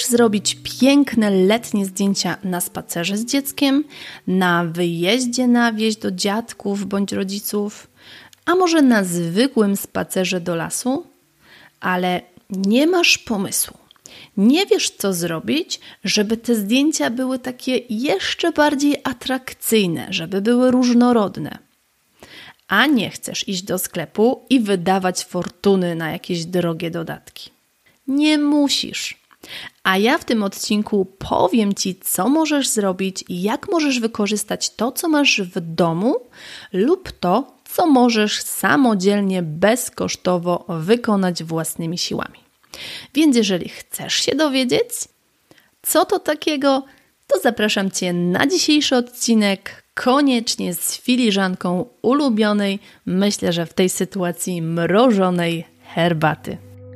zrobić piękne letnie zdjęcia na spacerze z dzieckiem, na wyjeździe na wieś do dziadków bądź rodziców, a może na zwykłym spacerze do lasu? Ale nie masz pomysłu. Nie wiesz, co zrobić, żeby te zdjęcia były takie jeszcze bardziej atrakcyjne, żeby były różnorodne. A nie chcesz iść do sklepu i wydawać fortuny na jakieś drogie dodatki. Nie musisz. A ja w tym odcinku powiem Ci, co możesz zrobić i jak możesz wykorzystać to, co masz w domu lub to, co możesz samodzielnie, bezkosztowo wykonać własnymi siłami. Więc jeżeli chcesz się dowiedzieć, co to takiego, to zapraszam Cię na dzisiejszy odcinek, koniecznie z filiżanką ulubionej, myślę, że w tej sytuacji mrożonej herbaty.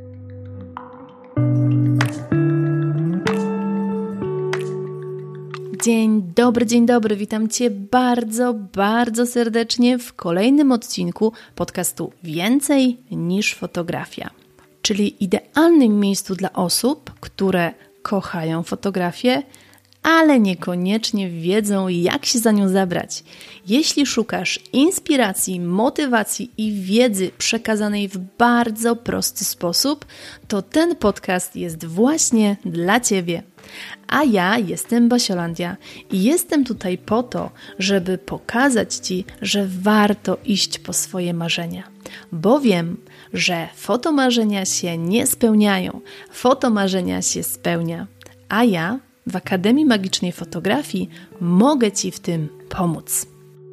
Dzień dobry, witam Cię bardzo, bardzo serdecznie w kolejnym odcinku podcastu Więcej niż fotografia, czyli idealnym miejscu dla osób, które kochają fotografię, ale niekoniecznie wiedzą, jak się za nią zabrać. Jeśli szukasz inspiracji, motywacji i wiedzy przekazanej w bardzo prosty sposób, to ten podcast jest właśnie dla Ciebie. A ja jestem Basiolandia i jestem tutaj po to, żeby pokazać Ci, że warto iść po swoje marzenia. Bo wiem, że fotomarzenia się nie spełniają, fotomarzenia się spełnia. A ja w Akademii Magicznej Fotografii mogę Ci w tym pomóc.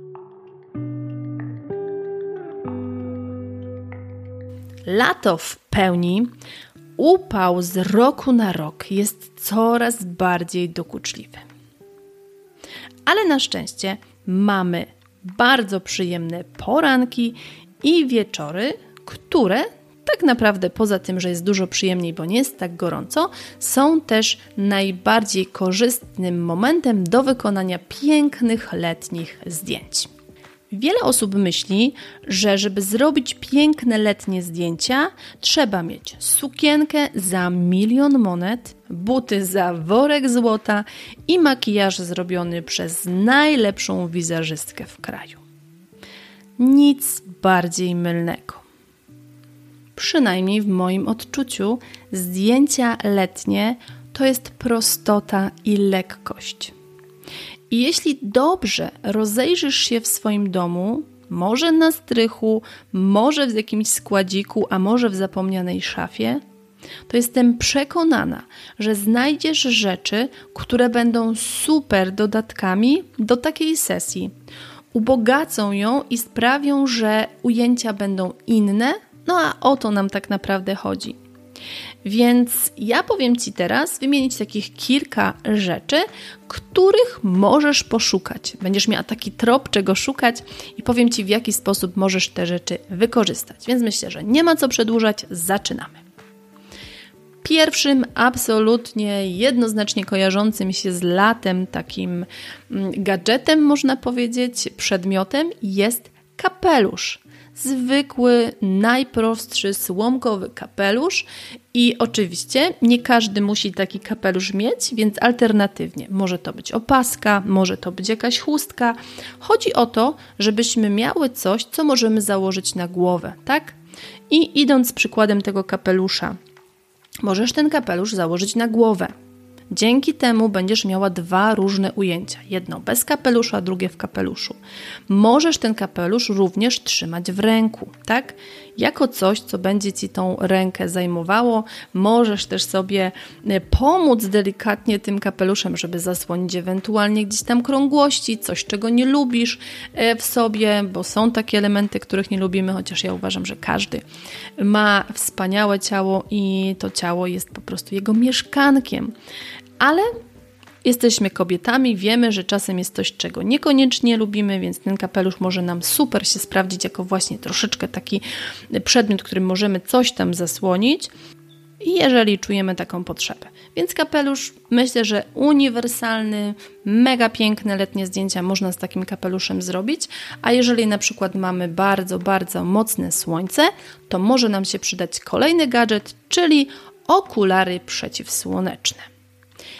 Lato w pełni, upał z roku na rok jest coraz bardziej dokuczliwy. Ale na szczęście mamy bardzo przyjemne poranki i wieczory, które tak naprawdę poza tym, że jest dużo przyjemniej, bo nie jest tak gorąco, są też najbardziej korzystnym momentem do wykonania pięknych letnich zdjęć. Wiele osób myśli, że żeby zrobić piękne letnie zdjęcia, trzeba mieć sukienkę za 1 000 000 monet, buty za worek złota i makijaż zrobiony przez najlepszą wizerzystkę w kraju. Nic bardziej mylnego. Przynajmniej w moim odczuciu, zdjęcia letnie to jest prostota i lekkość. I jeśli dobrze rozejrzysz się w swoim domu, może na strychu, może w jakimś składziku, a może w zapomnianej szafie, to jestem przekonana, że znajdziesz rzeczy, które będą super dodatkami do takiej sesji. Ubogacą ją i sprawią, że ujęcia będą inne, no a o to nam tak naprawdę chodzi. Więc ja powiem Ci teraz wymienić takich kilka rzeczy, których możesz poszukać. Będziesz miała taki trop, czego szukać i powiem Ci, w jaki sposób możesz te rzeczy wykorzystać. Więc myślę, że nie ma co przedłużać, zaczynamy. Pierwszym, absolutnie jednoznacznie kojarzącym się z latem takim gadżetem, można powiedzieć, przedmiotem jest kapelusz. Zwykły, najprostszy, słomkowy kapelusz i oczywiście nie każdy musi taki kapelusz mieć, więc alternatywnie może to być opaska, może to być jakaś chustka. Chodzi o to, żebyśmy miały coś, co możemy założyć na głowę, tak? I idąc przykładem tego kapelusza, możesz ten kapelusz założyć na głowę. Dzięki temu będziesz miała 2 różne ujęcia. Jedno bez kapelusza, drugie w kapeluszu. Możesz ten kapelusz również trzymać w ręku, tak? Jako coś, co będzie Ci tą rękę zajmowało. Możesz też sobie pomóc delikatnie tym kapeluszem, żeby zasłonić ewentualnie gdzieś tam krągłości, coś, czego nie lubisz w sobie, bo są takie elementy, których nie lubimy, chociaż ja uważam, że każdy ma wspaniałe ciało i to ciało jest po prostu jego mieszkankiem. Ale jesteśmy kobietami, wiemy, że czasem jest coś, czego niekoniecznie lubimy, więc ten kapelusz może nam super się sprawdzić jako właśnie troszeczkę taki przedmiot, którym możemy coś tam zasłonić i jeżeli czujemy taką potrzebę. Więc kapelusz, myślę, że uniwersalny, mega piękne letnie zdjęcia można z takim kapeluszem zrobić, a jeżeli na przykład mamy bardzo, bardzo mocne słońce, to może nam się przydać kolejny gadżet, czyli okulary przeciwsłoneczne.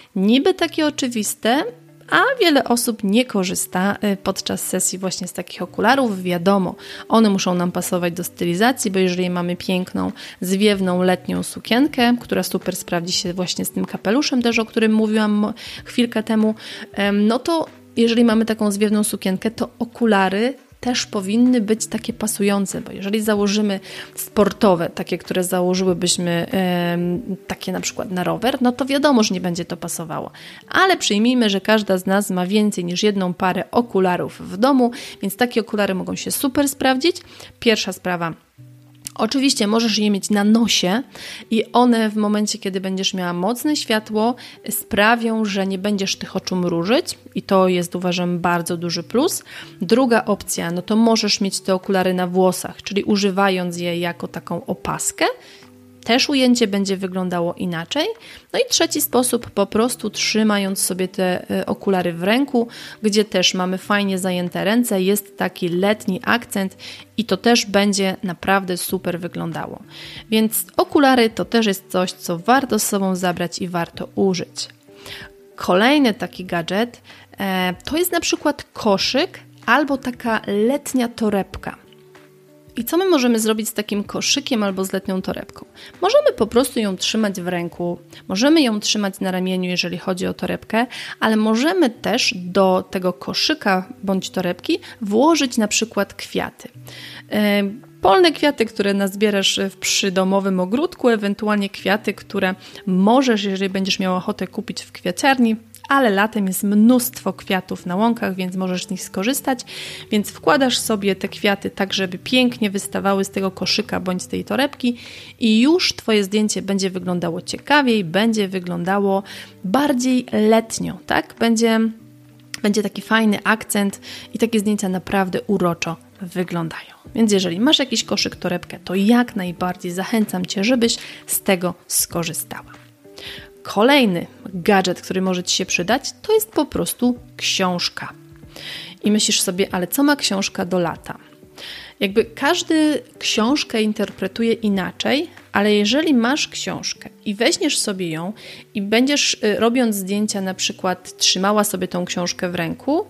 Niby takie oczywiste, a wiele osób nie korzysta podczas sesji właśnie z takich okularów. Wiadomo, one muszą nam pasować do stylizacji, bo jeżeli mamy piękną, zwiewną, letnią sukienkę, która super sprawdzi się właśnie z tym kapeluszem też, o którym mówiłam chwilkę temu, no to jeżeli mamy taką zwiewną sukienkę, to okulary też powinny być takie pasujące, bo jeżeli założymy sportowe, takie, które założyłybyśmy takie na przykład na rower, no to wiadomo, że nie będzie to pasowało. Ale przyjmijmy, że każda z nas ma więcej niż jedną parę okularów w domu, więc takie okulary mogą się super sprawdzić. Pierwsza sprawa. Oczywiście możesz je mieć na nosie i one w momencie, kiedy będziesz miała mocne światło, sprawią, że nie będziesz tych oczu mrużyć i to jest, uważam, bardzo duży plus. Druga opcja, no to możesz mieć te okulary na włosach, czyli używając je jako taką opaskę. Też ujęcie będzie wyglądało inaczej. No i trzeci sposób, po prostu trzymając sobie te okulary w ręku, gdzie też mamy fajnie zajęte ręce, jest taki letni akcent i to też będzie naprawdę super wyglądało. Więc okulary to też jest coś, co warto z sobą zabrać i warto użyć. Kolejny taki gadżet to jest na przykład koszyk albo taka letnia torebka. I co my możemy zrobić z takim koszykiem albo z letnią torebką? Możemy po prostu ją trzymać w ręku, możemy ją trzymać na ramieniu, jeżeli chodzi o torebkę, ale możemy też do tego koszyka bądź torebki włożyć na przykład kwiaty. Polne kwiaty, które nazbierasz w przydomowym ogródku, ewentualnie kwiaty, które możesz, jeżeli będziesz miała ochotę, kupić w kwiaciarni, ale latem jest mnóstwo kwiatów na łąkach, więc możesz z nich skorzystać, więc wkładasz sobie te kwiaty tak, żeby pięknie wystawały z tego koszyka bądź z tej torebki i już Twoje zdjęcie będzie wyglądało ciekawiej, będzie wyglądało bardziej letnio, tak? Będzie taki fajny akcent i takie zdjęcia naprawdę uroczo wyglądają. Więc jeżeli masz jakiś koszyk, torebkę, to jak najbardziej zachęcam Cię, żebyś z tego skorzystała. Kolejny gadżet, który może Ci się przydać, to jest po prostu książka. I myślisz sobie, ale co ma książka do lata? Jakby każdy książkę interpretuje inaczej, ale jeżeli masz książkę i weźmiesz sobie ją i będziesz robiąc zdjęcia na przykład trzymała sobie tą książkę w ręku,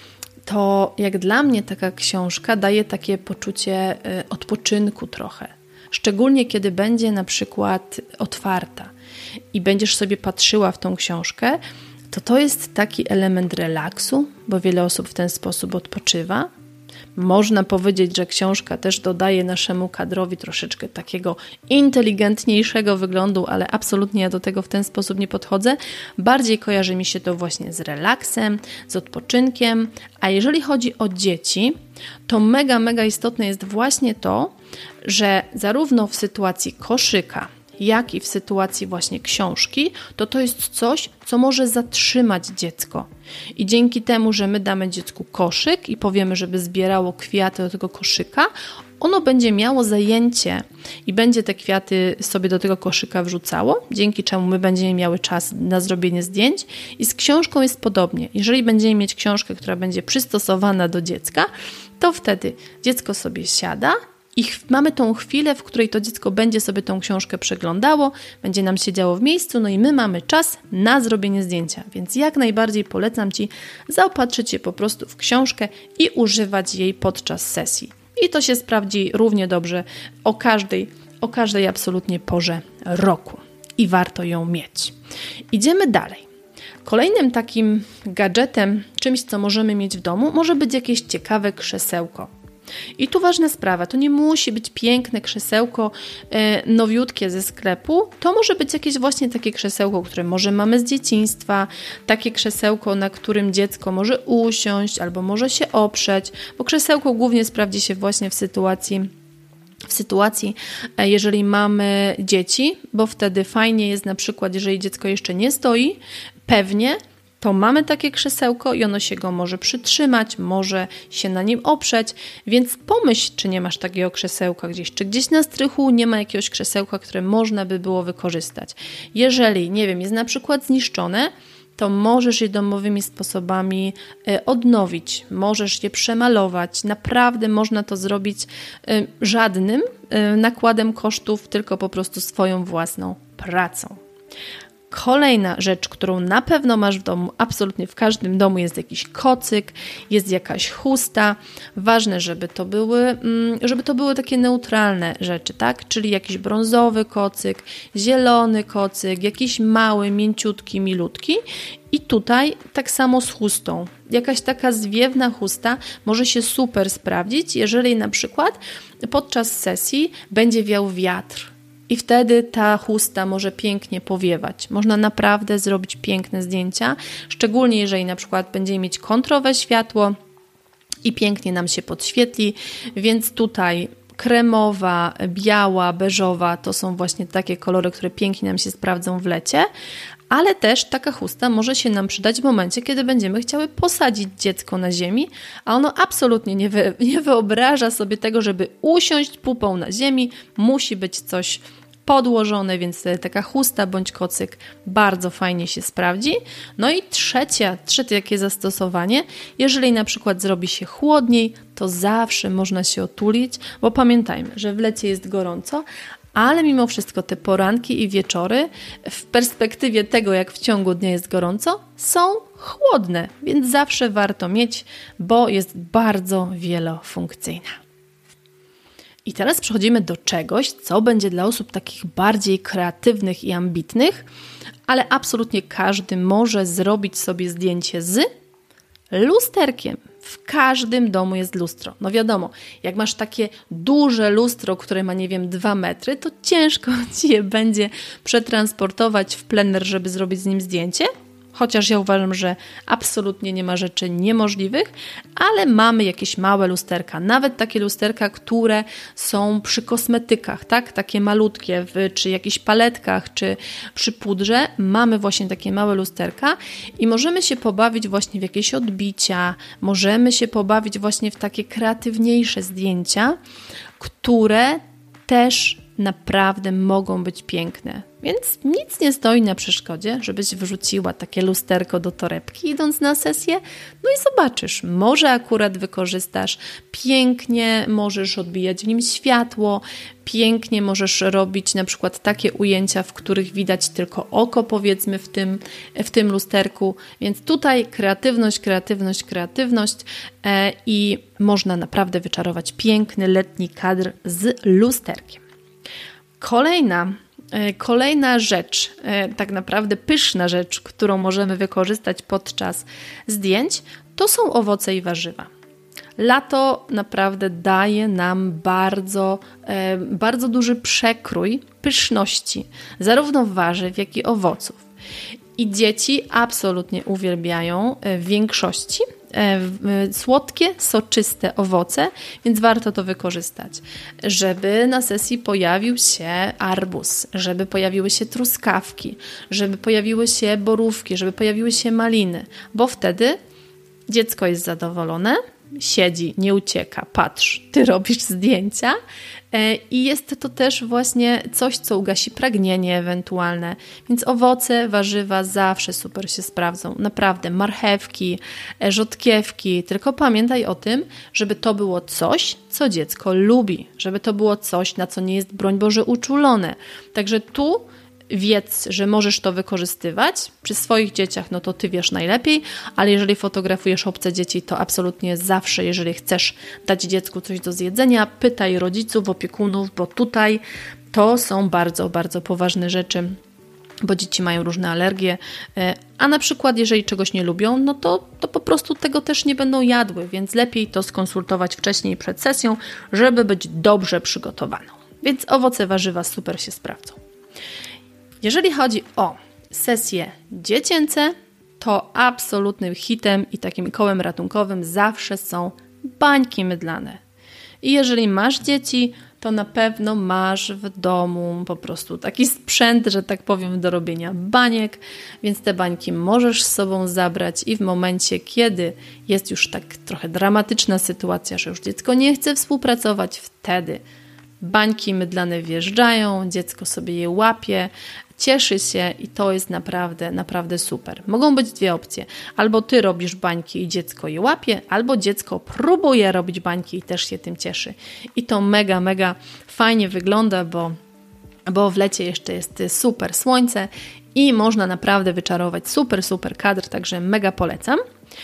to jak dla mnie taka książka daje takie poczucie odpoczynku trochę. Szczególnie kiedy będzie na przykład otwarta i będziesz sobie patrzyła w tą książkę, to jest taki element relaksu, bo wiele osób w ten sposób odpoczywa. Można powiedzieć, że książka też dodaje naszemu kadrowi troszeczkę takiego inteligentniejszego wyglądu, ale absolutnie ja do tego w ten sposób nie podchodzę. Bardziej kojarzy mi się to właśnie z relaksem, z odpoczynkiem, a jeżeli chodzi o dzieci, to mega istotne jest właśnie to, że zarówno w sytuacji koszyka, jak i w sytuacji właśnie książki, to jest coś, co może zatrzymać dziecko. I dzięki temu, że my damy dziecku koszyk i powiemy, żeby zbierało kwiaty do tego koszyka, ono będzie miało zajęcie i będzie te kwiaty sobie do tego koszyka wrzucało, dzięki czemu my będziemy miały czas na zrobienie zdjęć. I z książką jest podobnie. Jeżeli będziemy mieć książkę, która będzie przystosowana do dziecka, to wtedy dziecko sobie siada i mamy tą chwilę, w której to dziecko będzie sobie tą książkę przeglądało, będzie nam siedziało w miejscu, no i my mamy czas na zrobienie zdjęcia. Więc jak najbardziej polecam Ci zaopatrzyć się po prostu w książkę i używać jej podczas sesji. I to się sprawdzi równie dobrze o każdej absolutnie porze roku. I warto ją mieć. Idziemy dalej. Kolejnym takim gadżetem, czymś, co możemy mieć w domu, może być jakieś ciekawe krzesełko. I tu ważna sprawa, to nie musi być piękne krzesełko nowiutkie ze sklepu, to może być jakieś właśnie takie krzesełko, które może mamy z dzieciństwa, takie krzesełko, na którym dziecko może usiąść albo może się oprzeć, bo krzesełko głównie sprawdzi się właśnie w sytuacji, jeżeli mamy dzieci, bo wtedy fajnie jest na przykład, jeżeli dziecko jeszcze nie stoi, pewnie, to mamy takie krzesełko i ono się go może przytrzymać, może się na nim oprzeć, więc pomyśl, czy nie masz takiego krzesełka gdzieś, czy gdzieś na strychu nie ma jakiegoś krzesełka, które można by było wykorzystać. Jeżeli, nie wiem, jest na przykład zniszczone, to możesz je domowymi sposobami odnowić, możesz je przemalować. Naprawdę można to zrobić żadnym nakładem kosztów, tylko po prostu swoją własną pracą. Kolejna rzecz, którą na pewno masz w domu, absolutnie w każdym domu jest jakiś kocyk, jest jakaś chusta. Ważne, żeby to były takie neutralne rzeczy, tak? Czyli jakiś brązowy kocyk, zielony kocyk, jakiś mały, mięciutki, milutki. I tutaj tak samo z chustą. Jakaś taka zwiewna chusta może się super sprawdzić, jeżeli na przykład podczas sesji będzie wiał wiatr. I wtedy ta chusta może pięknie powiewać. Można naprawdę zrobić piękne zdjęcia, szczególnie jeżeli na przykład będziemy mieć kontrowe światło i pięknie nam się podświetli, więc tutaj kremowa, biała, beżowa to są właśnie takie kolory, które pięknie nam się sprawdzą w lecie, ale też taka chusta może się nam przydać w momencie, kiedy będziemy chciały posadzić dziecko na ziemi, a ono absolutnie nie wyobraża sobie tego, żeby usiąść pupą na ziemi, musi być coś podłożone, więc taka chusta bądź kocyk bardzo fajnie się sprawdzi. No i trzecie jakie zastosowanie, jeżeli na przykład zrobi się chłodniej, to zawsze można się otulić, bo pamiętajmy, że w lecie jest gorąco, ale mimo wszystko te poranki i wieczory w perspektywie tego, jak w ciągu dnia jest gorąco, są chłodne, więc zawsze warto mieć, bo jest bardzo wielofunkcyjna. I teraz przechodzimy do czegoś, co będzie dla osób takich bardziej kreatywnych i ambitnych, ale absolutnie każdy może zrobić sobie zdjęcie z lusterkiem. W każdym domu jest lustro. No wiadomo, jak masz takie duże lustro, które ma, 2 metry, to ciężko Ci je będzie przetransportować w plener, żeby zrobić z nim zdjęcie. Chociaż ja uważam, że absolutnie nie ma rzeczy niemożliwych, ale mamy jakieś małe lusterka, nawet takie lusterka, które są przy kosmetykach, tak? Takie malutkie, czy jakichś paletkach, czy przy pudrze. Mamy właśnie takie małe lusterka i możemy się pobawić właśnie w jakieś odbicia, możemy się pobawić właśnie w takie kreatywniejsze zdjęcia, które też naprawdę mogą być piękne. Więc nic nie stoi na przeszkodzie, żebyś wrzuciła takie lusterko do torebki idąc na sesję. No i zobaczysz, może akurat wykorzystasz, pięknie możesz odbijać w nim światło, pięknie możesz robić na przykład takie ujęcia, w których widać tylko oko, powiedzmy, w tym lusterku. Więc tutaj kreatywność i można naprawdę wyczarować piękny letni kadr z lusterkiem. Kolejna rzecz, tak naprawdę pyszna rzecz, którą możemy wykorzystać podczas zdjęć, to są owoce i warzywa. Lato naprawdę daje nam bardzo duży przekrój pyszności, zarówno warzyw, jak i owoców. I dzieci absolutnie uwielbiają w większości słodkie, soczyste owoce, więc warto to wykorzystać. Żeby na sesji pojawił się arbuz, żeby pojawiły się truskawki, żeby pojawiły się borówki, żeby pojawiły się maliny, bo wtedy dziecko jest zadowolone, siedzi, nie ucieka, patrz, ty robisz zdjęcia i jest to też właśnie coś, co ugasi pragnienie ewentualne, więc owoce, warzywa zawsze super się sprawdzą, naprawdę, marchewki, rzodkiewki, tylko pamiętaj o tym, żeby to było coś, co dziecko lubi, żeby to było coś, na co nie jest, broń Boże, uczulone, także tu wiedz, że możesz to wykorzystywać. Przy swoich dzieciach, no to ty wiesz najlepiej, ale jeżeli fotografujesz obce dzieci, to absolutnie zawsze, jeżeli chcesz dać dziecku coś do zjedzenia, pytaj rodziców, opiekunów, bo tutaj to są bardzo, bardzo poważne rzeczy, bo dzieci mają różne alergie, a na przykład jeżeli czegoś nie lubią, no to po prostu tego też nie będą jadły, więc lepiej to skonsultować wcześniej przed sesją, żeby być dobrze przygotowaną. Więc owoce, warzywa super się sprawdzą. Jeżeli chodzi o sesje dziecięce, to absolutnym hitem i takim kołem ratunkowym zawsze są bańki mydlane. I jeżeli masz dzieci, to na pewno masz w domu po prostu taki sprzęt, że tak powiem, do robienia baniek, więc te bańki możesz z sobą zabrać i w momencie, kiedy jest już tak trochę dramatyczna sytuacja, że już dziecko nie chce współpracować, wtedy bańki mydlane wjeżdżają, dziecko sobie je łapie, cieszy się i to jest naprawdę, naprawdę super. Mogą być dwie opcje. Albo ty robisz bańki i dziecko je łapie, albo dziecko próbuje robić bańki i też się tym cieszy. I to mega, mega fajnie wygląda, bo w lecie jeszcze jest super słońce i można naprawdę wyczarować super kadr, także mega polecam.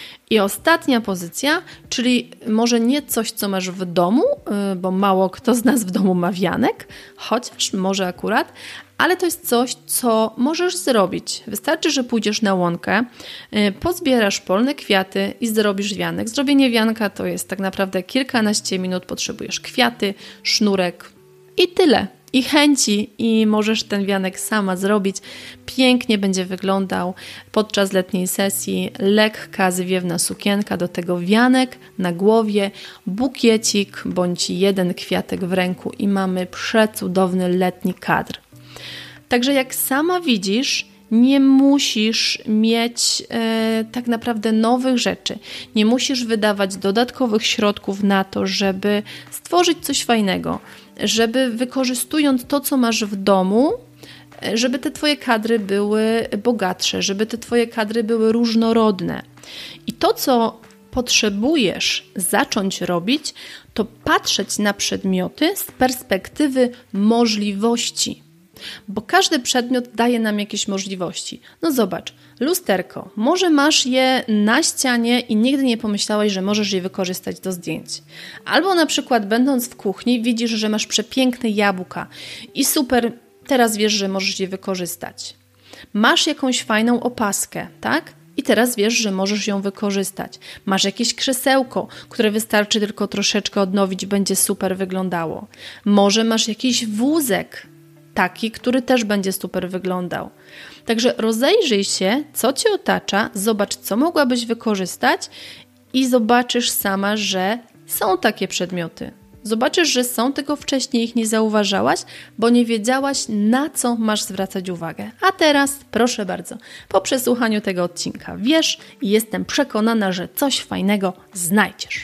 I ostatnia pozycja, czyli może nie coś, co masz w domu, bo mało kto z nas w domu ma wianek, chociaż może akurat, ale to jest coś, co możesz zrobić. Wystarczy, że pójdziesz na łąkę, pozbierasz polne kwiaty i zrobisz wianek. Zrobienie wianka to jest tak naprawdę kilkanaście minut, potrzebujesz kwiaty, sznurek i tyle. I chęci i możesz ten wianek sama zrobić. Pięknie będzie wyglądał podczas letniej sesji. Lekka, zwiewna sukienka, do tego wianek na głowie, bukiecik bądź jeden kwiatek w ręku i mamy przecudowny letni kadr. Także jak sama widzisz, nie musisz mieć tak naprawdę nowych rzeczy. Nie musisz wydawać dodatkowych środków na to, żeby stworzyć coś fajnego, żeby wykorzystując to, co masz w domu, żeby te Twoje kadry były bogatsze, żeby te Twoje kadry były różnorodne. I to, co potrzebujesz zacząć robić, to patrzeć na przedmioty z perspektywy możliwości. Bo każdy przedmiot daje nam jakieś możliwości. No zobacz, lusterko, może masz je na ścianie i nigdy nie pomyślałeś, że możesz je wykorzystać do zdjęć. Albo na przykład będąc w kuchni widzisz, że masz przepiękne jabłka i super, teraz wiesz, że możesz je wykorzystać. Masz jakąś fajną opaskę, tak? I teraz wiesz, że możesz ją wykorzystać. Masz jakieś krzesełko, które wystarczy tylko troszeczkę odnowić, będzie super wyglądało. Może masz jakiś wózek, taki, który też będzie super wyglądał. Także rozejrzyj się, co Cię otacza, zobacz, co mogłabyś wykorzystać i zobaczysz sama, że są takie przedmioty. Zobaczysz, że są, tylko wcześniej ich nie zauważałaś, bo nie wiedziałaś, na co masz zwracać uwagę. A teraz, proszę bardzo, po przesłuchaniu tego odcinka wiesz i jestem przekonana, że coś fajnego znajdziesz.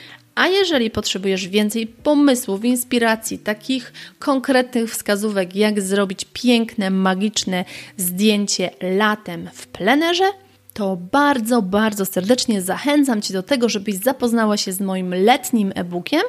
A jeżeli potrzebujesz więcej pomysłów, inspiracji, takich konkretnych wskazówek, jak zrobić piękne, magiczne zdjęcie latem w plenerze, to bardzo serdecznie zachęcam Cię do tego, żebyś zapoznała się z moim letnim e-bookiem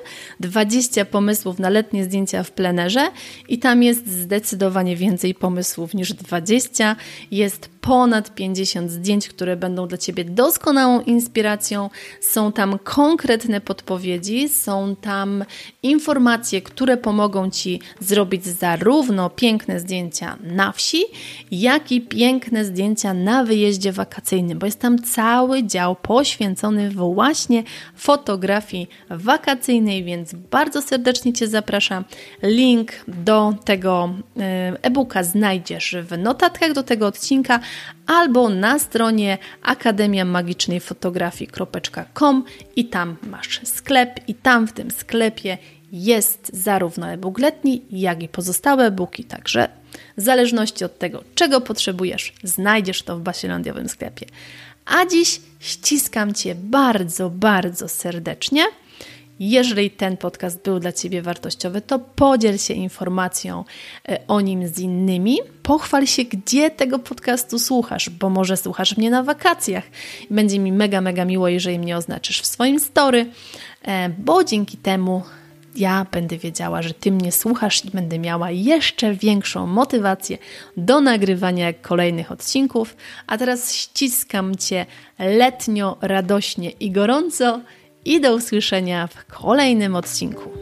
20 pomysłów na letnie zdjęcia w plenerze i tam jest zdecydowanie więcej pomysłów niż 20. Jest ponad 50 zdjęć, które będą dla Ciebie doskonałą inspiracją. Są tam konkretne podpowiedzi, są tam informacje, które pomogą Ci zrobić zarówno piękne zdjęcia na wsi, jak i piękne zdjęcia na wyjeździe wakacyjnym, bo jest tam cały dział poświęcony właśnie fotografii wakacyjnej, więc bardzo serdecznie Cię zapraszam. Link do tego e-booka znajdziesz w notatkach do tego odcinka albo na stronie akademiamagicznej-fotografii.com i tam masz sklep i tam w tym sklepie jest zarówno e-book letni, jak i pozostałe e-booki, także w zależności od tego, czego potrzebujesz, znajdziesz to w Basielandiowym sklepie. A dziś ściskam Cię bardzo serdecznie. Jeżeli ten podcast był dla Ciebie wartościowy, to podziel się informacją o nim z innymi. Pochwal się, gdzie tego podcastu słuchasz, bo może słuchasz mnie na wakacjach. Będzie mi mega miło, jeżeli mnie oznaczysz w swoim story, bo dzięki temu ja będę wiedziała, że Ty mnie słuchasz i będę miała jeszcze większą motywację do nagrywania kolejnych odcinków. A teraz ściskam Cię letnio, radośnie i gorąco i do usłyszenia w kolejnym odcinku.